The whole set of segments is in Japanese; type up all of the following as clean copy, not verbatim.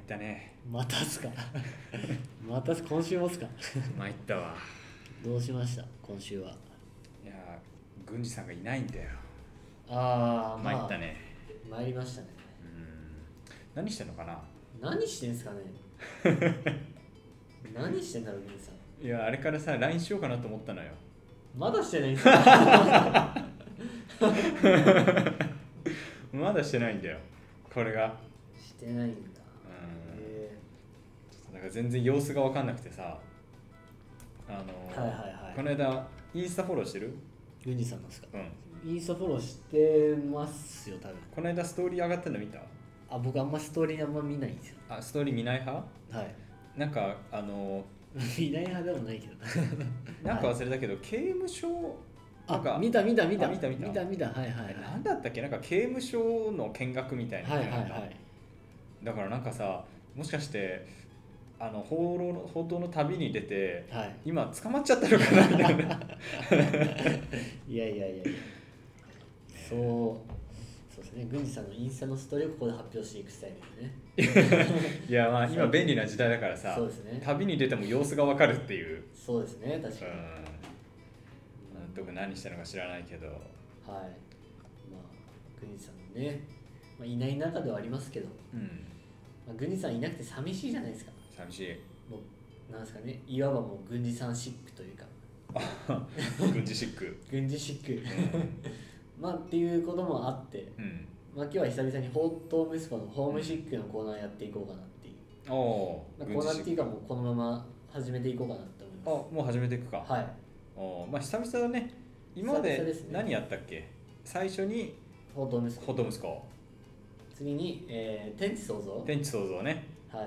ったね。 またっすかまた今週もっすか参ったわ。 どうしました今週は。 いや郡司さんがいないんだよ。 ああ、 参ったね。 参りましたね。 何してんのかな。 何してんすかね何してんだろう皆さん。 いやあれからさ LINE しようかなと思ったのよ。 まだしてないんすかまだしてないんだよこれが。 してないんだ。 なんか全然様子が分かんなくてさ、 はいはいはい。 この間インスタフォローしてる？ 郡司さんなんですか。 うん。 インスタフォローしてますよ多分。 この間ストーリー上がったの見た？ あ、僕あんまストーリーあんま見ないんですよ。 あ、ストーリー見ない派？ はいなんか見ない派でもないけどなんか忘れたけど、刑務所なんか見たはいはいなんだったっけ、なんか刑務所の見学みたいなのはいやった。だからなんかさ、もしかして報道の旅に出て、 はい、 今捕まっちゃったのかなみたいな。 いやそうですね。郡司さんのインスタのストーリーをここで発表していくスタイルですね。 いやまあ今便利な時代だからさ、 そうですね、 旅に出ても様子がわかるっていう。 そうですね、確かに。 どこ何したのか知らないけど、はい。 まあ郡司さんね、いない中ではありますけど、郡司さんいなくて寂しいじゃないですか。 寂しい。 もうなんですかね、いわばもう郡司さんシックというか軍事シック郡司シックっていうこともあって、今日は久々に放蕩息子のホームシックのコーナーやっていこうかなっていう、コーナーっていうかもうこのまま始めていこうかなって思います。 もう始めていくか。はい。久々だね。今まで何やったっけ？最初に放蕩息子、 次に、天地創造ね。はい。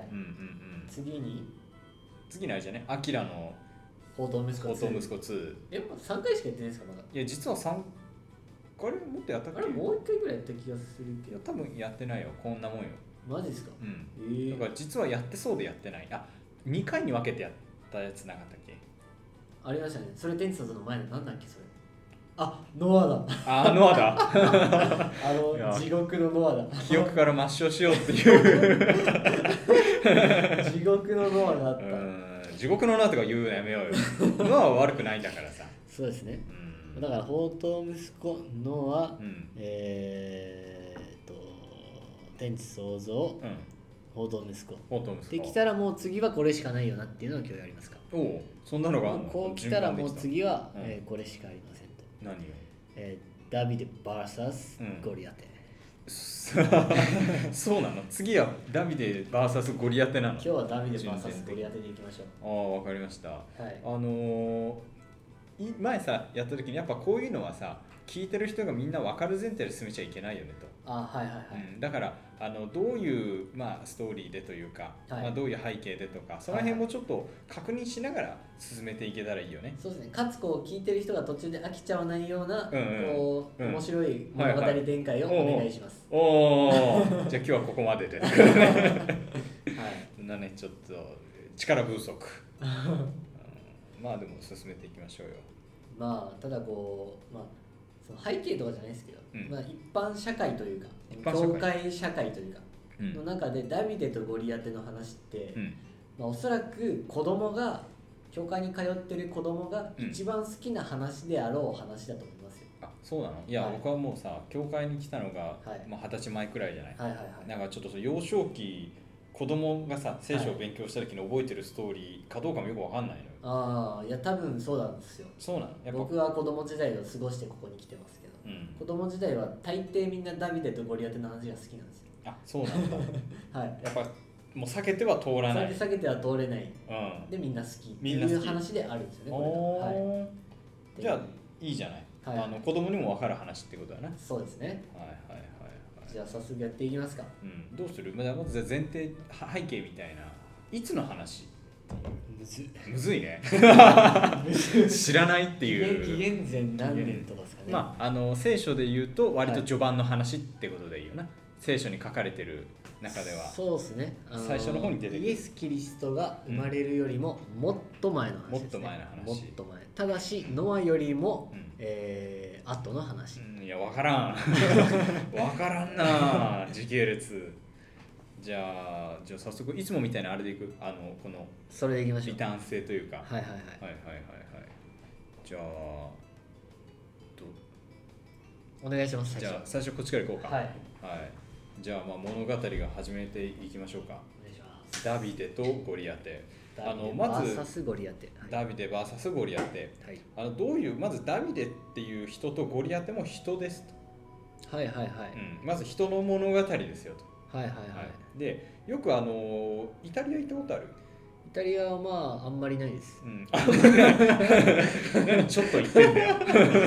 次のあれじゃね、アキラの放蕩息子2。3回しかやってないですかまだ。 いや実は3、あれもっとやったっけ？ あれもう1回ぐらいやった気がするけど。 多分やってないよ、こんなもんよ。 マジですか？ だから実はやってそうでやってない。2回に分けてやったやつなかったっけ？ ありましたね。それ天地創造の前のなんだっけそれ。ノアだ。 ノアだ。 地獄のノアだ。 記憶から抹消しようっていう地獄のノアがあった。 地獄のノアとか言うのやめようよ。ノアは悪くないんだからさ。 そうですね。だから放蕩息子ノア、天地創造、放蕩息子できたらもう次はこれしかないよなっていうのを今日やりますか。 そんなのがあるの？ こう来たらもう次は、これしかありませんと。 何よ？ ダビデ VS ゴリアテ。 そうなの？次はダビデ VS ゴリアテなの？ 今日はダビデ VS ゴリアテでいきましょう。 わかりました。 はい、 前さやった時にやっぱこういうのはさ、聞いてる人がみんな分かる前提で進めちゃいけないよねと。だからどういう、ストーリーでというか、どういう背景でとか、その辺もちょっと確認しながら進めていけたらいいよね。 そうですね。かつ聞いてる人が途中で飽きちゃわないような、面白い物語展開をお願いします。 じゃあ今日はここまでで。そんなね、ちょっと力不足。でも進めていきましょうよ。 ただその背景とかじゃないですけど、一般社会というか教会社会というかの中でダビデとゴリアテの話って、おそらく教会に通ってる子供が一番好きな話であろう話だと思いますよ。 そうなの？いや、僕はもうさ、教会に来たのが20歳前くらいじゃない。なんかちょっと幼少期子供がさ、聖書を勉強した時に覚えてるストーリーかどうかもよくわかんないのよ。 いや多分そうなんですよ。 そうなの？ 僕は子供時代を過ごしてここに来てますけど、子供時代は大抵みんなダビデとゴリアテの話が好きなんですよ。 そうなんだ。やっぱもう避けては通らない。 避けては通れない。でみんな好きっていう話であるんですよね。これじゃあいいじゃない。子供にも分かる話ってことだな。 そうですね。じゃあ早速やっていきますか。 どうする？まず前提背景みたいな。いつの話？むずいね。知らないっていう。 紀元前何年とかですかね。 聖書で言うと割と序盤の話ってことでいいよな。聖書に書かれてる中では。 そうですね。 最初の方に出てくる。 イエス・キリストが生まれるよりももっと前の話ですね。 もっと前の話。 もっと前。ただしノアよりも後の話。 いや分からん。分からんな時系列。 じゃあ早速いつもみたいなあれでいくこのそれでいきましょう。 リターン性というか、 はいはいはいじゃあお願いします。 じゃあ最初こっちからいこうか。 はい、 じゃあ物語が始めていきましょうか。 お願いします。 ダビデとゴリアテ。 まずバーサスゴリアテ、 ダビデ VS ゴリアテ、どういうまずダビデっていう人とゴリアテも人ですと。まず人の物語ですよと。でよくイタリア行ったことある？ イタリアはあんまりないです。 何ちょっと言ってんだよ。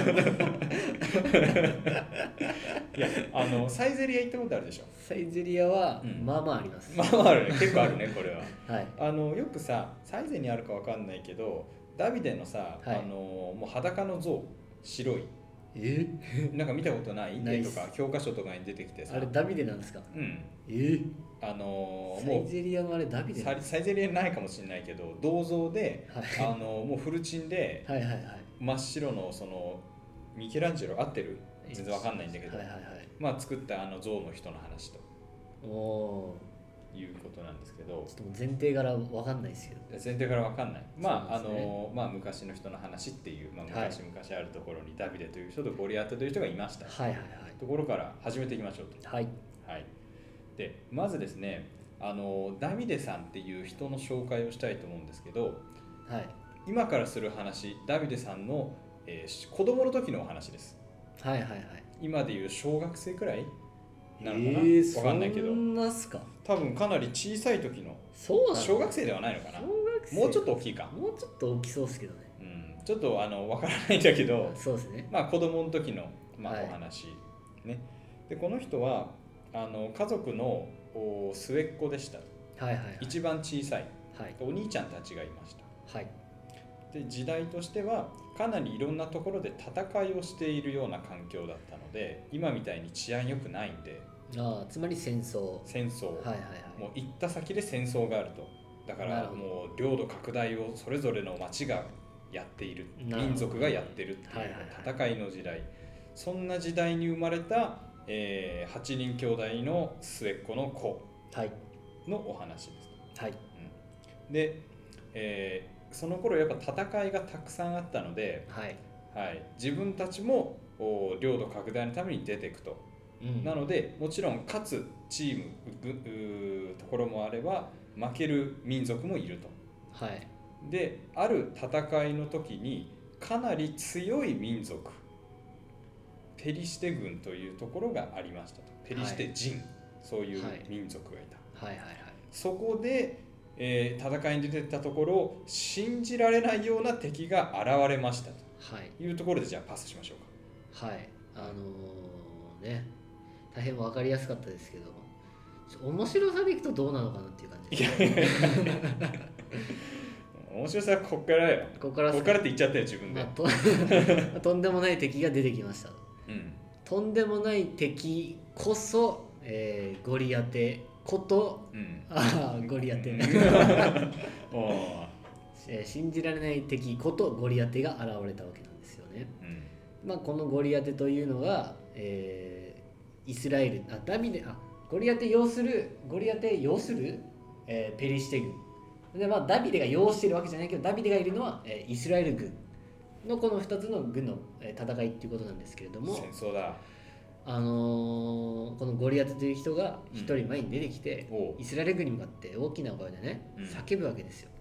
いやサイゼリア行ったことあるでしょ？ サイゼリアはまあまああります。 まあまああるね、結構あるねこれは。よくさサイゼにあるかわかんないけどダビデのさ、もう裸の像白い。なんか見たことない絵とか教科書とかに出てきてさ。 あれダビデなんですか？サイゼリアのあれダビデ？ サイゼリアないかもしれないけど銅像で、もうフルチンで真っ白のそのミケランジェロ合ってる？全然わかんないんだけど、作った像の人の話ということなんですけど、 ちょっと前提からわかんないですけど。 前提からわかんない。昔の人の話っていう、昔あるところにダビデという人とゴリアテという人がいました。ところから始めていきましょうと。でまずですね、ダビデさんっていう人の紹介をしたいと思うんですけど、今からする話、ダビデさんの、子供の時のお話です。今でいう小学生くらいなのかな、分かんないけど、 そんなっすか？ 多分かなり小さい時の小学生ではないのかな。もうちょっと大きいか。 もうちょっと大きそうですけどね。 ちょっと分からないんだけど、 そうですね。 子供の時の、お話ね。でこの人は家族の末っ子でした。一番小さい、お兄ちゃんたちがいました。で時代としてはかなりいろんなところで戦いをしているような環境だったので、今みたいに治安良くないんで、 つまり戦争、もう行った先で戦争があると。だからもう領土拡大をそれぞれの町がやっている、民族がやってるっていう戦いの時代、そんな時代に生まれた、8人兄弟の末っ子の子のお話です。で、その頃やっぱ戦いがたくさんあったので、自分たちも領土拡大のために出ていくと。なのでもちろん勝つチームところもあれば負ける民族もいると。である戦いの時にかなり強い民族、ペリシテ軍というところがありましたと。ペリシテ人、そういう民族がいた。そこで、戦いに出てったところ信じられないような敵が現れましたというところで、じゃあパスしましょうか。 大変分かりやすかったですけど、面白さでいくとどうなのかなっていう感じです。 面白さはこっからよ。こっからって言っちゃったよ自分で。 とんでもない敵が出てきました。とんでもない敵こそ、ゴリアテこと、ゴリアテ、信じられない敵ことゴリアテが現れたわけなんですよね。このゴリアテというのが、イスラエル、ゴリアテ要する、ペリシテ軍で、ダビデが要しているわけじゃないけど、ダビデがいるのは、イスラエル軍のこの2つの軍の戦いっていうことなんですけれども、 戦争だ。 このゴリアテという人が一人前に出てきて、イスラエル軍に向かって大きな声でね、叫ぶわけですよ。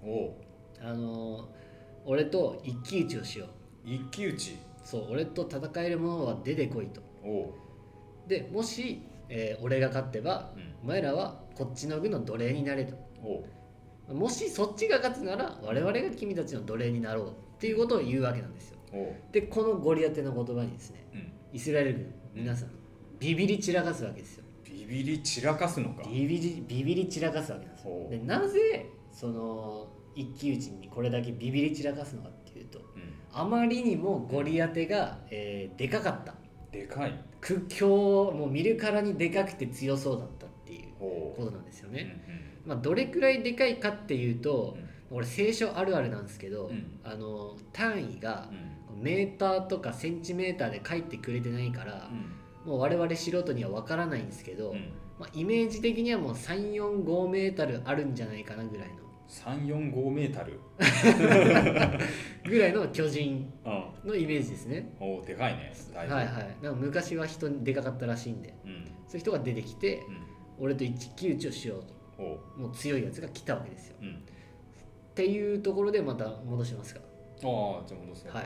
俺と一騎打ちをしよう。 一騎打ち？ そう、俺と戦える者は出てこいと。でもし、俺が勝てば、お前らはこっちの軍の奴隷になれと。もしそっちが勝つなら我々が君たちの奴隷になろうっていうことを言うわけなんですよ。でこのゴリアテの言葉にですね、イスラエル軍皆さんビビり散らかすわけですよ。 ビビり散らかすのか。 ビビり散らかすわけなんですよ。でなぜその一騎打ちにこれだけビビり散らかすのかっていうと、あまりにもゴリアテが、でかかった。 でかい。 屈強、もう見るからにでかくて強そうだったっていうことなんですよね。どれくらいでかいかっていうと、俺聖書あるあるなんですけど、単位がメーターとかセンチメーターで書いてくれてないから、もう我々素人には分からないんですけど、 イメージ的にはもう3、4、5メートルあるんじゃないかなぐらいの 3、4、5メートルぐらいの巨人のイメージですね。 おでかいね。 はいはい。なんか昔は人でかかったらしいんで、そういう人が出てきて、俺と一騎打ちをしようと、もう強いやつが来たわけですよ。っていうところでまた戻しますか。 じゃあ戻す。はい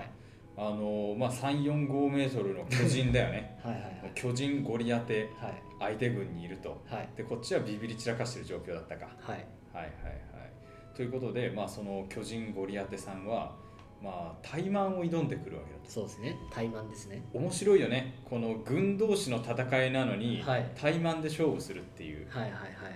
。3、4、5メートルの巨人だよね。はいはいはい、巨人ゴリアテ、相手軍にいると、でこっちはビビり散らかしてる状況だったか。はいはいはいはい。ということで、その巨人ゴリアテさんは、タイマンを挑んでくるわけだと。 そうですね、タイマンですね。 面白いよね。この軍同士の戦いなのに、タイマンで勝負するっていう。はいはいはい。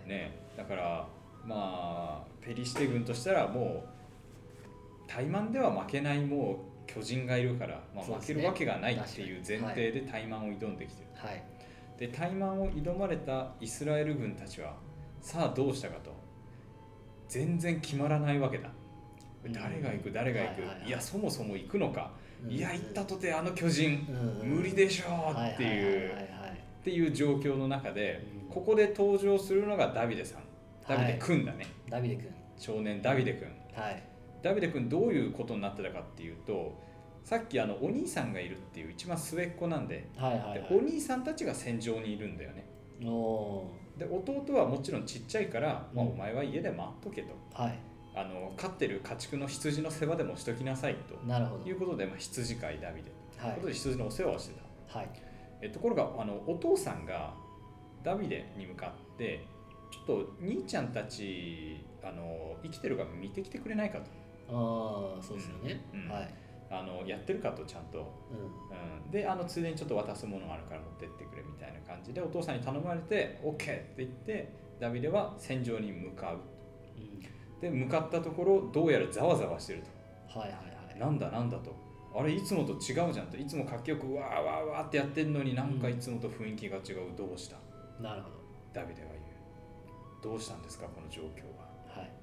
ね、だからペリシテ軍としたらもうタイマンでは負けないもう巨人がいるから、負けるわけがないっていう前提でタイマンを挑んできてる。はい、でタイマンを挑まれたイスラエル軍たちはさあどうしたかと。全然決まらないわけだ。誰が行く、いやそもそも行くのか、いや行ったとてあの巨人、無理でしょうっていう状況の中で、ここで登場するのがダビデさん、ダビデ君だね。ダビデ君、少年ダビデ君。ダビデ君どういうことになってたかっていうと、さっきお兄さんがいるっていう一番末っ子なんで、でお兄さんたちが戦場にいるんだよね。で弟はもちろんちっちゃいから、お前は家で待っとけと、飼ってる家畜の羊の世話でもしときなさいということで、羊飼いダビデということで羊のお世話をしてた。ところがお父さんがダビデに向かってちょっと兄ちゃんたち生きてるか見てきてくれないかと。そうですよね。やってるかとちゃんと、でついでにちょっと渡すものがあるから持ってってくれみたいな感じでお父さんに頼まれて OK って言ってダビデは戦場に向かう。で向かったところどうやらざわざわしてると。なんだと、あれいつもと違うじゃんと。いつもかっこよくわーわーわーってやってんのになんかいつもと雰囲気が違う。どうした。なるほど。ダビデは言う。どうしたんですかこの状況は。はい。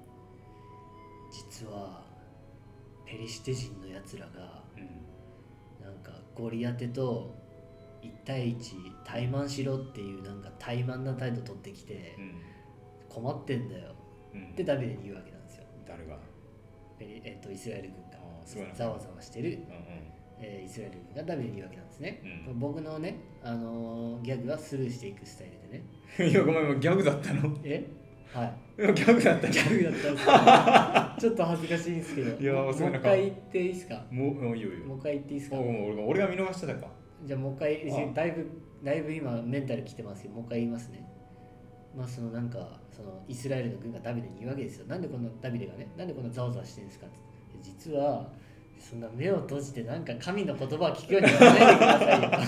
実はペリシテ人のやつらが、なんかゴリアテと1対1対マンしろっていうなんか怠慢な態度取ってきて、困ってんだよってダビデに言うわけなんですよ。 誰が？ イスラエル軍がざわざわしてる、イスラエル軍がダビデに言うわけなんですね。僕のね、ギャグはスルーしていくスタイルでね。 いやごめん、ギャグだったの？ はい。 ギャグだった。 ギャグだったんですけど、ちょっと恥ずかしいんですけど。 いやもう一回言っていいですか？ もういいよ。 もう一回言っていいですか？ 俺が見逃してたか。 じゃあもう一回、だいぶ今メンタルきてますけど、もう一回言いますね。そのなんかそのイスラエルの軍がダビデに言うわけですよ。なんでこのダビデがね、なんでこんなざわざわしてるんですかって。実はそんな目を閉じてなんか神の言葉を聞くようにならないでくださいよ。なんか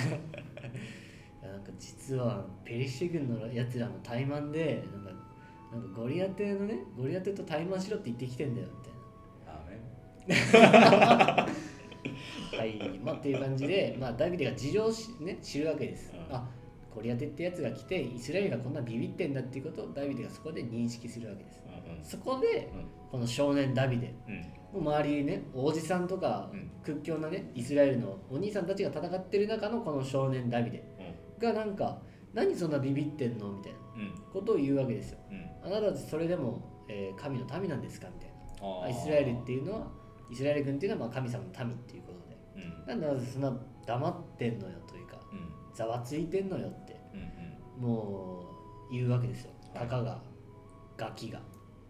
実はペリシテ軍のやつらの怠慢でなんかゴリアテと怠慢しろって言ってきてんだよみたいな。はい、っていう感じで、ダビデが事情を知るわけです。ゴリアテってやつが来てイスラエルがこんなビビってんだっていうことをダビデがそこで認識するわけです。そこで、この少年ダビデの周りにね、おじさんとか屈強なねイスラエルのお兄さんたちが戦ってる中のこの少年ダビデがなんか何そんなビビってんのみたいなことを言うわけですよ。あなたたちそれでも、神の民なんですかみたいな。イスラエル軍っていうのは神様の民っていうことで、なんでそんな黙ってんのよというか、ざわついてんのよって、もう言うわけですよ。たかがガキが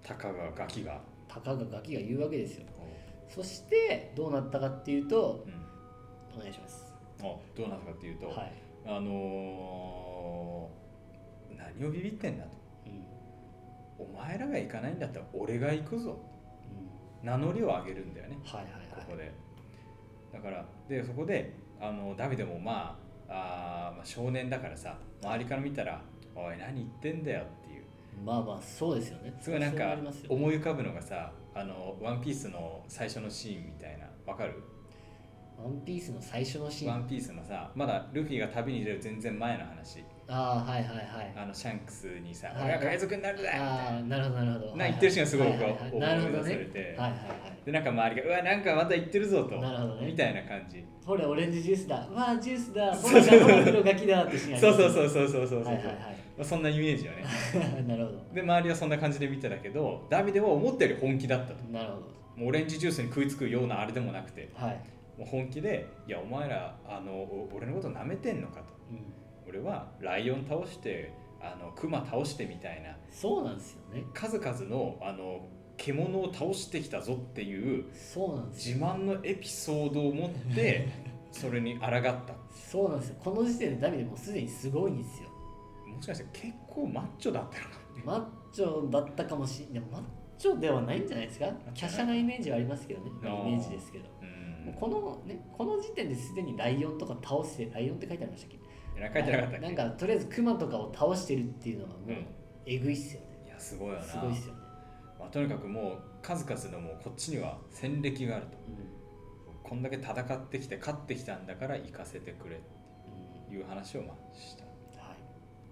言うわけですよ。そしてどうなったかっていうと、お願いします。 どうなったかっていうと、何をビビってんだと、お前らが行かないんだったら俺が行くぞ、名乗りを上げるんだよね。ここでだからでそこでダビデも少年だからさ、周りから見たらおい何言ってんだよっていう、 そうですよね。 すごいなんか思い浮かぶのがさ、ワンピースの最初のシーンみたいな、わかる？ ワンピースの最初のシーン、 ワンピースのさ、まだルフィが旅に出る全然前の話。シャンクスにさ、俺が海賊になるぜみたいな。なるほど。言ってるシーンがすごい思い出されて、でなんか周りがうわなんかまた言ってるぞと、みたいな感じ。 ほらオレンジジュースだ、ジュースだ、ほら黒ガキだってシーン。 そう。 そんなイメージよねなるほど。 で周りはそんな感じで見てたけど、ダビデは思ったより本気だったと。 なるほど。 もうオレンジジュースに食いつくようなあれでもなくて、 はい、 もう本気で、いやお前ら俺のこと舐めてんのかと、俺はライオン倒してクマ倒してみたいな、 そうなんですよね、 数々の獣を倒してきたぞっていうそうなんです自慢のエピソードを持ってそれに抗った。 そうなんですよ。この時点でダビデもうすでにすごいんですよ。 もしかして結構マッチョだったのかマッチョだったかもしれない。マッチョではないんじゃないですか。華奢なイメージはありますけどね、イメージですけど、もうこの時点ですでにライオンとか倒して、ライオンって書いてありましたっけ。 書いてなかったっけ。 なんかとりあえずクマとかを倒してるっていうのはもうえぐいっすよね。 いやすごいよな。 すごいっすよね。 とにかくもう数々のもうこっちには戦歴があると、こんだけ戦ってきて勝ってきたんだから行かせてくれっていう話をした。はい。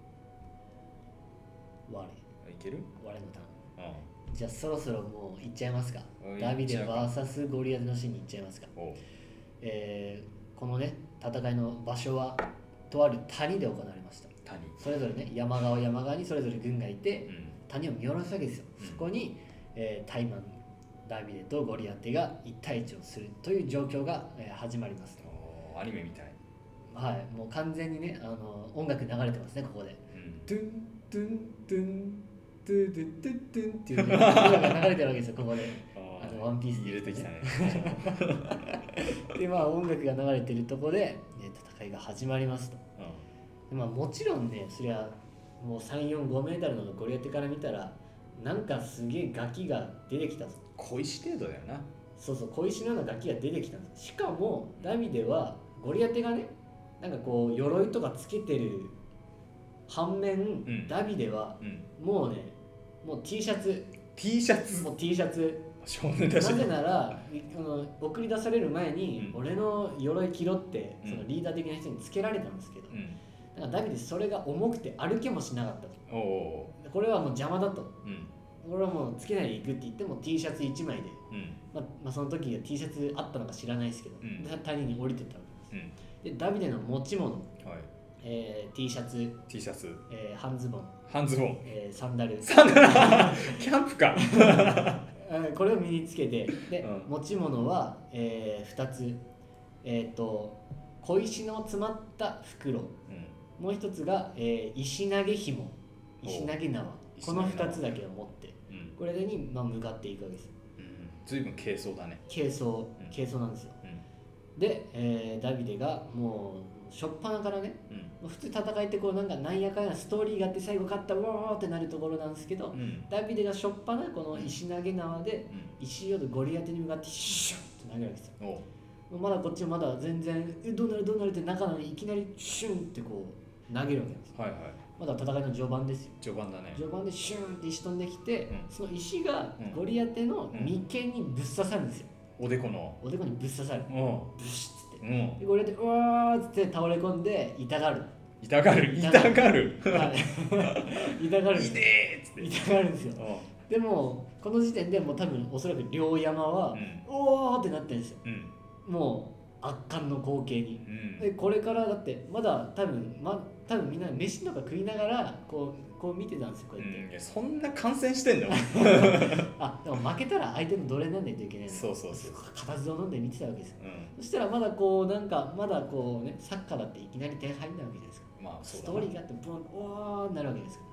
いける？ 我のターン。じゃあそろそろもう行っちゃいますか。ダビデ VS ゴリアテのシーンに行っちゃいますか。このね戦いの場所はとある谷で行われました。それぞれね山側にそれぞれ軍がいて、谷を見下ろすわけですよ。そこに、タイマンダビデとゴリアテが1対1をするという状況が、始まります。 アニメみたい。 はい、もう完全にね音楽流れてますね、ここで。トゥントゥントゥントゥトゥトゥトゥンっていう音楽が流れてるわけですよ、ここで。ワンピースで、 入れてきたね。 で音楽が流れてるところで、戦いが始まりますと。でもちろんね、そりゃもう3、4、5メートルのゴリアテから見たらなんかすげえガキが出てきたぞ。 小石程度だよな。 そうそう、小石のようなガキが出てきたんです。しかもダビデはゴリアテがねなんかこう鎧とかつけてる反面、ダビデはもうねもう T シャツもう T シャツ少年だし、 なぜなら送り出される前に、俺の鎧着ろって、そのリーダー的な人につけられたんですけど、だからダビデそれが重くて歩けもしなかったと。これはもう邪魔だと、これはもうつけないでいくって言っても T シャツ1枚で、その時は T シャツあったのか知らないですけど、谷に降りてったわけです。でダビデの持ち物、T シャツ、半ズボン、サンダルキャンプかこれを身につけて、で、持ち物は、2つ、小石の詰まった袋、もう一つが、石投げ紐、石投げ縄、この2つだけを持って、これに、向かっていくわけです。 随分軽装だね。 軽装なんですよ。で、ダビデがもう初っ端からね、普通戦いってこうなんやかんやストーリーがあって最後勝ったわーってなるところなんですけど、ダビデが初っ端この石投げ縄で石をゴリアテに向かってシュッって投げるわけですよ。まだこっちもまだ全然どうなるって中なのにいきなりシュンってこう投げるわけですよ。まだ戦いの序盤ですよ。 序盤だね。 序盤でシュンって石飛んできて、その石がゴリアテの眉間にぶっ刺さるんですよ。 おでこにぶっ刺さる。ブシッつって。でゴリアテうわーっつって倒れ込んで痛がる。痛がる。痛がる。痛がるんですよ。でもこの時点でもう多分おそらく両山はおーってなってるんですよ。もう圧巻の光景に。でこれからだってまだ多分みんな飯とか食いながらこう見てたんですよ、こうやって。 そんな観戦してんの？ でも負けたら相手の奴隷になんないといけないの。 そう固唾を飲んで見てたわけですよ。そしたらまだこうまだこうね、サッカーだっていきなり点入んないわけじゃないですか。ストーリーがあってブンおーなるわけですから、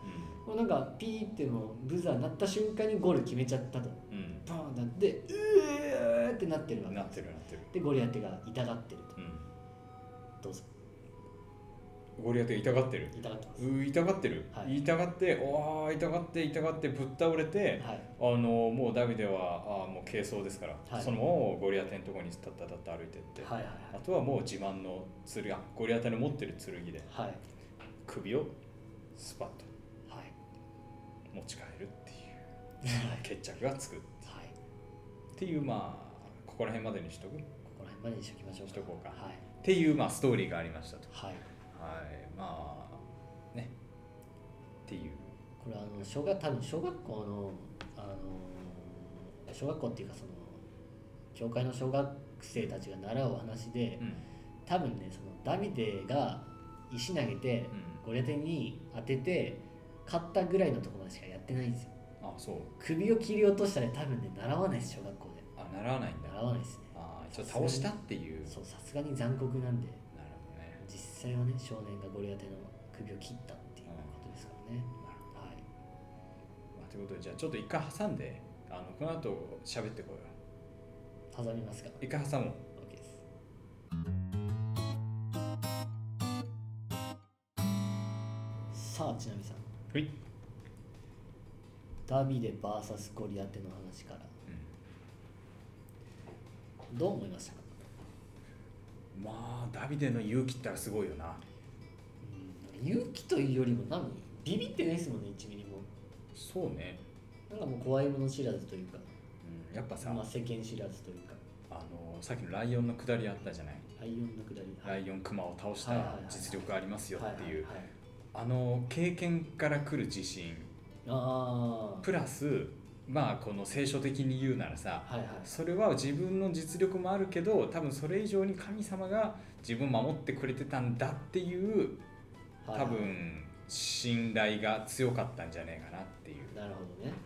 もうなんかピーってもうブザー鳴った瞬間にゴール決めちゃったと、バーンなってうーってなってるわけです。でゴリアテが痛がってると、どうぞ。 ゴリアテ痛がってる。 痛がってます。 痛がってる。痛がってぶっ倒れて、もうダビデはもう軽装ですから、そのままゴリアテのところにたった歩いてって、あとはもう自慢の剣、ゴリアテの持ってる剣で、首をスパッと持ち帰るっていう決着がつくっていう、ここら辺までにしとく。ここら辺までにしときましょうか。 しとこうか。っていうストーリーがありましたと。ねっていう。 これ多分小学校の小学校っていうかその教会の小学生たちが習うお話で、多分ねそのダビデが石投げて、 ゴリアテに当てて勝ったぐらいのところまでしかやってないんですよ。 あ、そう。 首を切り落としたら多分ね習わないです、小学校で。 あ、習わないんだ。 習わないですね。 ちょっと倒したっていう。 そう、さすがに残酷なんで。 なるほどね。 実際はね、少年がゴリアテの首を切ったっていうことですからね。はい。 ということで、じゃあちょっと一回挟んで、この後喋ってこよう。挟みますか。 一回挟もう。 OK です。さあ、ちなみさん。 はい。 ダビデ VS ゴリアテの話から、どう思いましたか？ まあダビデの勇気ってすごいよな。 勇気というよりもビビってないですもんね、1ミリも。 そうね。 なんかもう怖いもの知らずというか、 やっぱさ、 世間知らずというか、 さっきのライオンの下りあったじゃない。 ライオンの下り、 ライオンクマを倒した実力ありますよっていう経験から来る自信プラス、まあこの聖書的に言うならさ、それは自分の実力もあるけど多分それ以上に神様が自分を守ってくれてたんだっていう多分信頼が強かったんじゃねえかなっていう。 なるほどね。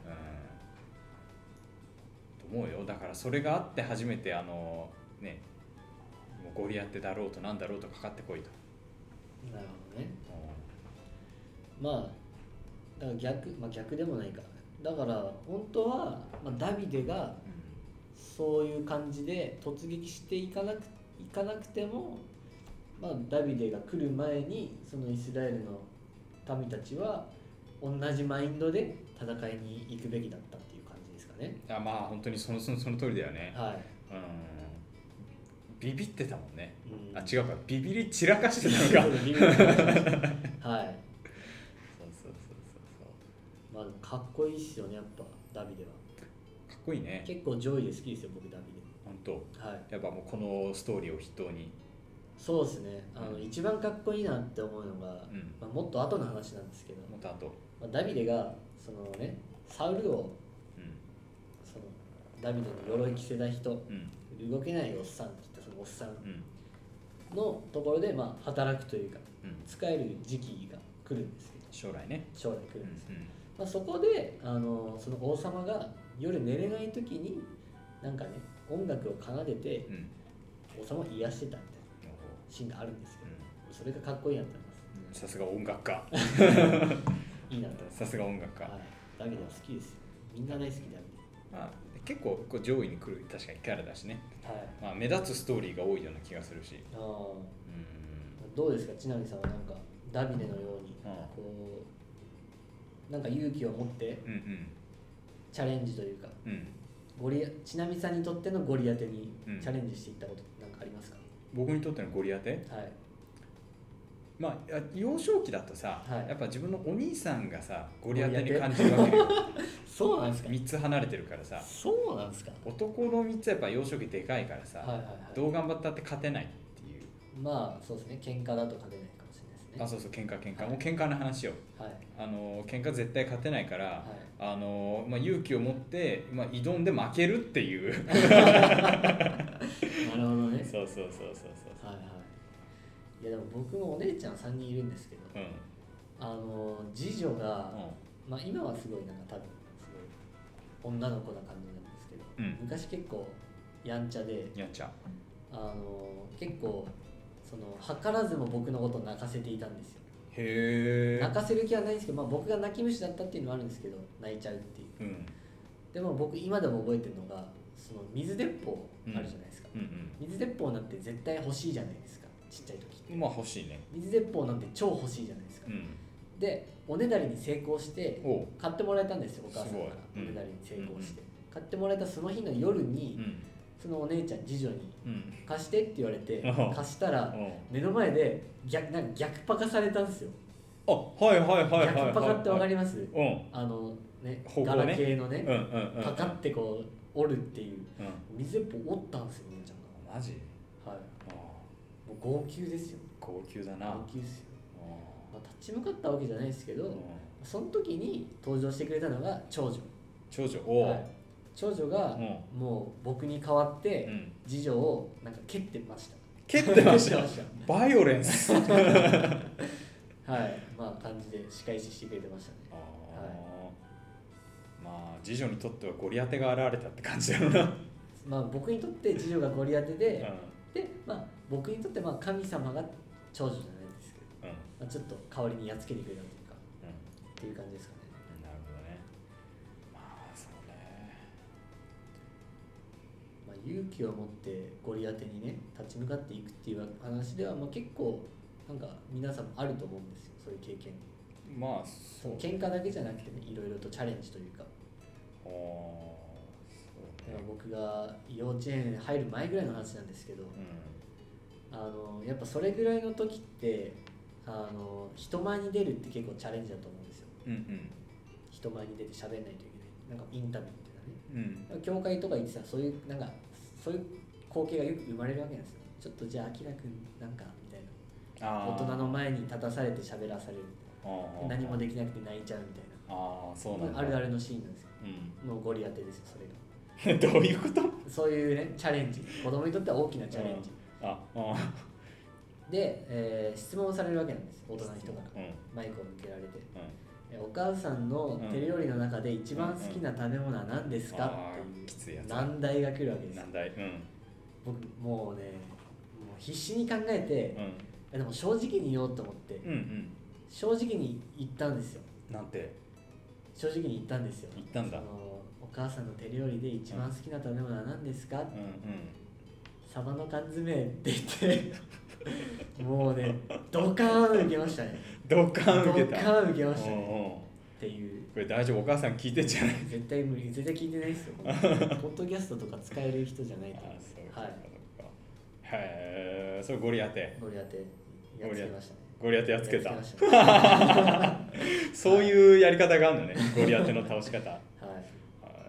と思うよ。だからそれがあって初めてね、もうゴリアテだろうとなんだろうとかかってこいと。 なるほどね。まあだから逆でもないか。だから本当は、ダビデがそういう感じで突撃していかなくても、ダビデが来る前にそのイスラエルの民たちは同じマインドで戦いに行くべきだったっていう感じですかね。 まあ本当にその通りだよね。 はい。 ビビってたもんね。違うか、ビビり散らかしてたのか。 はい。まあでもかっこいいっすよね、やっぱダビデは。 かっこいいね。 結構上位で好きですよ、僕ダビデ。 本当。 はい。 やっぱもうこのストーリーを筆頭に。 そうですね。一番かっこいいなって思うのが、もっと後の話なんですけど。 もっと後。 ダビデがそのね、サウルを、そのダビデの鎧着せた人、動けないおっさんって言ったそのおっさんのところで働くというか、使える時期が来るんですけど。 将来ね。 将来来るんですけど。そこでその王様が夜寝れない時になんかね音楽を奏でて、王様を癒してたみたいなシーンがあるんですけど、それがかっこいいなと思います。 さすが音楽家。 いいなと思います。 さすが音楽家。 ダビデは好きですよ。みんな大好きダビデ。 結構上位に来る確かにキャラだしね。目立つストーリーが多いような気がするし。 どうですか、ちなみさんはなんかダビデのようにこうなんか勇気を持ってチャレンジというか、ちなみさんにとってのゴリアテにチャレンジしていったことなんかありますか？ 僕にとってのゴリアテ？ はい。 幼少期だとさ、やっぱ自分のお兄さんがさゴリアテに感じるわけよ。 そうなんですか。 3つ離れてるからさ。 そうなんですか。 男の3つはやっぱ幼少期でかいからさ、どう頑張ったって勝てないっていう。 そうですね、喧嘩だと勝てないかもしれないですね。 そう喧嘩、もう喧嘩の話よ。喧嘩絶対勝てないから、勇気を持って、挑んで負けるっていう。 なるほどね。 そう。 いやでも僕もお姉ちゃん3人いるんですけど、次女が、今はすごいなんか多分すごい女の子な感じなんですけど、昔結構やんちゃで、結構その図らずも僕のことを泣かせていたんですよ。泣かせる気はないんですけど、僕が泣き虫だったっていうのはあるんですけど、泣いちゃうっていう、でも僕今でも覚えてるのがその水鉄砲あるじゃないですか、水鉄砲なんて絶対欲しいじゃないですか、ちっちゃい時って。 欲しいね。 水鉄砲なんて超欲しいじゃないですか、でおねだりに成功して買ってもらえたんですよ、お母さんから。おねだりに成功して買ってもらえたその日の夜に、そのお姉ちゃん次女に貸してって言われて、貸したら目の前で逆パカされたんですよ。逆パカってわかります？ガラケーのね、パカってこう折るっていう、水鉄砲折ったんですよ、お姉ちゃんが。 マジ？ はい。もう号泣ですよ。 号泣だな。 号泣ですよ。立ち向かったわけじゃないですけど、その時に登場してくれたのが長女。長女がもう僕に代わって次女をなんか蹴ってました。 蹴ってました。バイオレンス。 はいまあ感じで仕返ししてくれてましたね。はい、 まあ次女にとってはゴリアテが現れたって感じだろうな。 まあ僕にとって次女がゴリアテで、でまあ僕にとってまあ神様が長女じゃないですけど、まあ、ちょっと代わりにやっつけてくれたというか、っていう感じですかね。 なるほどね。まあそうね。 まあ勇気を持ってゴリアテにね立ち向かっていくっていう話では、まあ、結構なんか皆さんもあると思うんですよ、そういう経験。 まあそう喧嘩だけじゃなくてね、いろいろとチャレンジというか。僕が幼稚園入る前ぐらいの話なんですけど、やっぱそれぐらいの時って人前に出るって結構チャレンジだと思うんですよ。人前に出て喋んないといけない、なんかインタビューみたいなね、教会とか行ってたらそういう光景がよく生まれるわけなんですよ。ちょっとじゃあアキラくんなんかみたいな、大人の前に立たされて喋らされるみたいな、何もできなくて泣いちゃうみたいな、 そうなんだ。 あるあるのシーンなんですよ。もうゴリアテですよそれが。 どういうこと？ そういうねチャレンジ、子供にとっては大きなチャレンジで、質問されるわけなんです、大人の人から、マイクを向けられて、お母さんの手料理の中で一番好きな食べ物は何ですかっていう難題が来るわけです。 難題、 僕もうね必死に考えて、でも正直に言おうと思って、正直に言ったんですよ。 なんて？ 正直に言ったんですよ。 言ったんだ。 お母さんの手料理で一番好きな食べ物は何ですか？サバの缶詰って言ってもうねドカーン受けましたね。 ドカーン受けた。 ドカーン受けましたね。っていう。 これ大丈夫？お母さん聞いてんじゃない？ 絶対無理、絶対聞いてないですよ。ポッドキャストとか使える人じゃないと思う。はい。 へえ、それゴリアテ。 ゴリアテやっつけましたね。 ゴリアテやっつけた。そういうやり方があるのね、ゴリアテの倒し方。はい。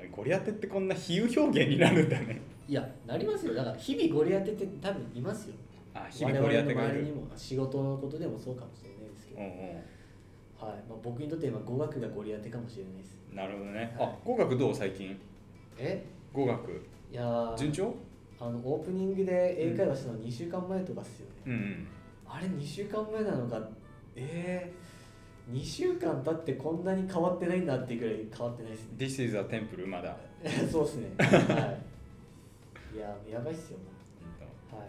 ゴリアテってこんな比喩表現になるんだね。 いや、なりますよ。だから日々ゴリアテって多分いますよ。日々ゴリアテがいる。我々の周りにも仕事のことでもそうかもしれないですけど。はい。まあ、僕にとって今語学がゴリアテかもしれないです。 なるほどね。はい、語学どう最近？語学。 いや順調？ オープニングで英会話したの2週間前とかっすよね。あれ2週間前なのか、2週間経ってこんなに変わってないんだっていうくらい変わってないですね。 This is a temple まだ。 そうですね。はい。いや、やばいっすよ。はい。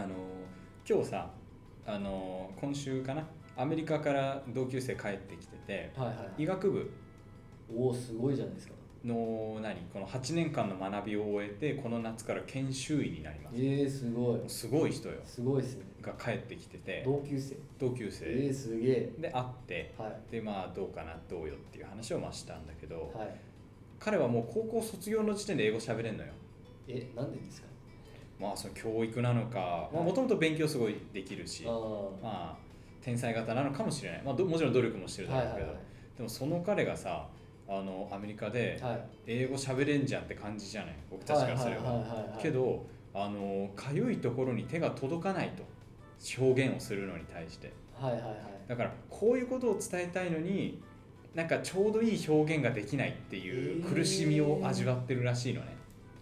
今日さ、今週かな、アメリカから同級生帰ってきてて、医学部。 おお、すごいじゃないですか。 のこの8年間の学びを終えてこの夏から研修医になります。 すごい。 すごい人よ。 すごいですね。 が帰ってきてて。 同級生。 すげえ。で会って、でまあどうかなどうよっていう話をしたんだけど、彼はもう高校卒業の時点で英語喋れんのよ。 なんでですか？ まあその教育なのか、もともと勉強すごいできるし、まあ天才型なのかもしれない。まあもちろん努力もしてるだろうけど、でもその彼がさ。アメリカで英語喋れんじゃんって感じじゃない、僕たちからすれば。けどかゆいところに手が届かないと、表現をするのに対して、だからこういうことを伝えたいのになんかちょうどいい表現ができないっていう苦しみを味わってるらしいのね。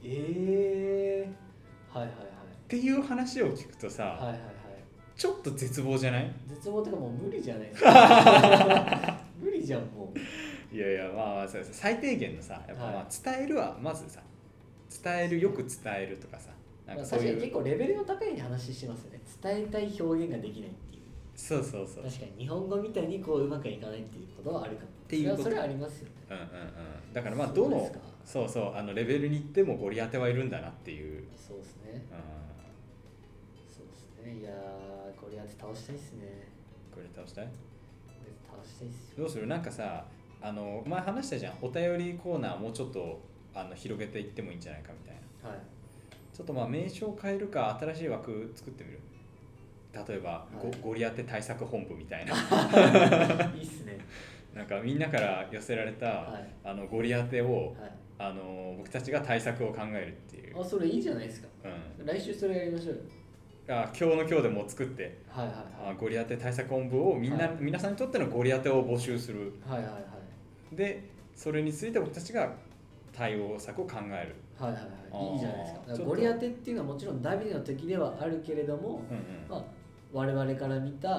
っていう話を聞くとさ、ちょっと絶望じゃない？ 絶望っていうかもう無理じゃないですか。無理じゃんもう。 いやいや、まあ最低限のさ、やっぱまあ伝えるはまずさ、よく伝えるとかさ、 なんかそういう、確かに結構レベルの高い話してますよね。伝えたい表現ができないっていう。 そう確かに日本語みたいにこううまくいかないっていうことはあるかもっていう。それはありますよね。 だからまあどのレベルに行ってもゴリアテはいるんだなっていう。 そうですね。そうですね。いやー、ゴリアテ倒したいっすね。 ゴリアテ倒したい？ 倒したいっすよ。 どうする？なんかさ、前話したじゃん、お便りコーナーもうちょっと広げていってもいいんじゃないかみたいな。ちょっとまあ名称を変えるか新しい枠作ってみる。例えば、ゴリアテ対策本部みたいな。 いいっすね。 なんかみんなから寄せられた、ゴリアテを、僕たちが対策を考えるっていう。 それいいじゃないですか。来週それやりましょうよ。 今日の今日でも作って、ゴリアテ対策本部を皆さんにとってのゴリアテを募集する。でそれについて僕たちが対応策を考える。 いいじゃないですか。ゴリアテっていうのはもちろんダビデの敵ではあるけれども、我々から見た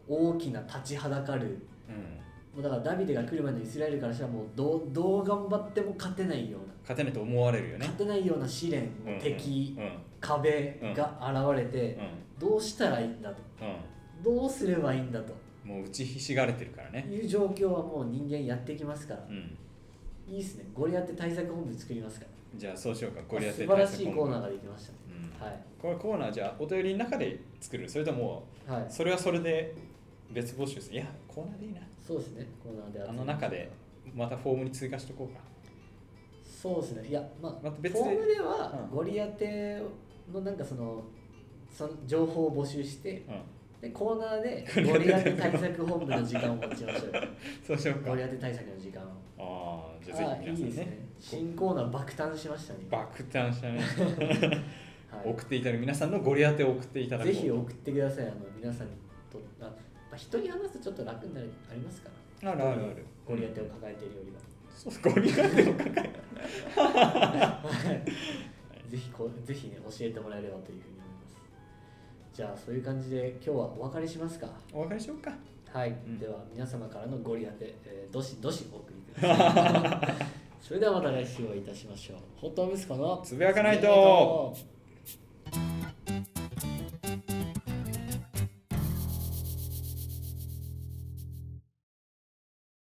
大きな立ちはだかる、もうだからダビデが来る前のイスラエルからしたらもうどう頑張っても勝てないような、 勝てないと思われるよね、 勝てないような試練、敵、壁が現れて、どうしたらいいんだと、どうすればいいんだと、 もう打ちひしがれてるからね、 いう状況はもう人間やってきますから、いいっすね。ゴリアテ対策本部作りますから。 じゃあそうしようか。ゴリアテ対策本部。素晴らしいコーナーができましたね。はい。 これコーナーじゃあお便りの中で作る。それともそれはそれで別募集する。いやコーナーでいいな。 そうですね。コーナーであの中でまたフォームに追加しとこうか。 そうですね。いやまあ別フォームではゴリアテのなんかその情報を募集して。でコーナーでゴリアテ対策本部の時間を持ちましょう。 そうしようか。 ゴリアテ対策の時間を。 ああ、じゃあぜひ皆さんね。いいですね。 新コーナー爆誕しましたね。 爆誕したね。はい、送っていただく皆さんのゴリアテを送っていただく。 ぜひ送ってください。皆さんと人に話すとちょっと楽になるありますから。 ある。 ゴリアテを抱えているよりは。 そうゴリアテを抱え。 ぜひね教えてもらえればというふうに。じゃあそういう感じで今日はお別れしますか。 お別れしようか。 はい、では皆様からのゴリアテ、どしどしお送りください。それではまた来週お会いいたしましょう。ホット息子のつぶやかないと。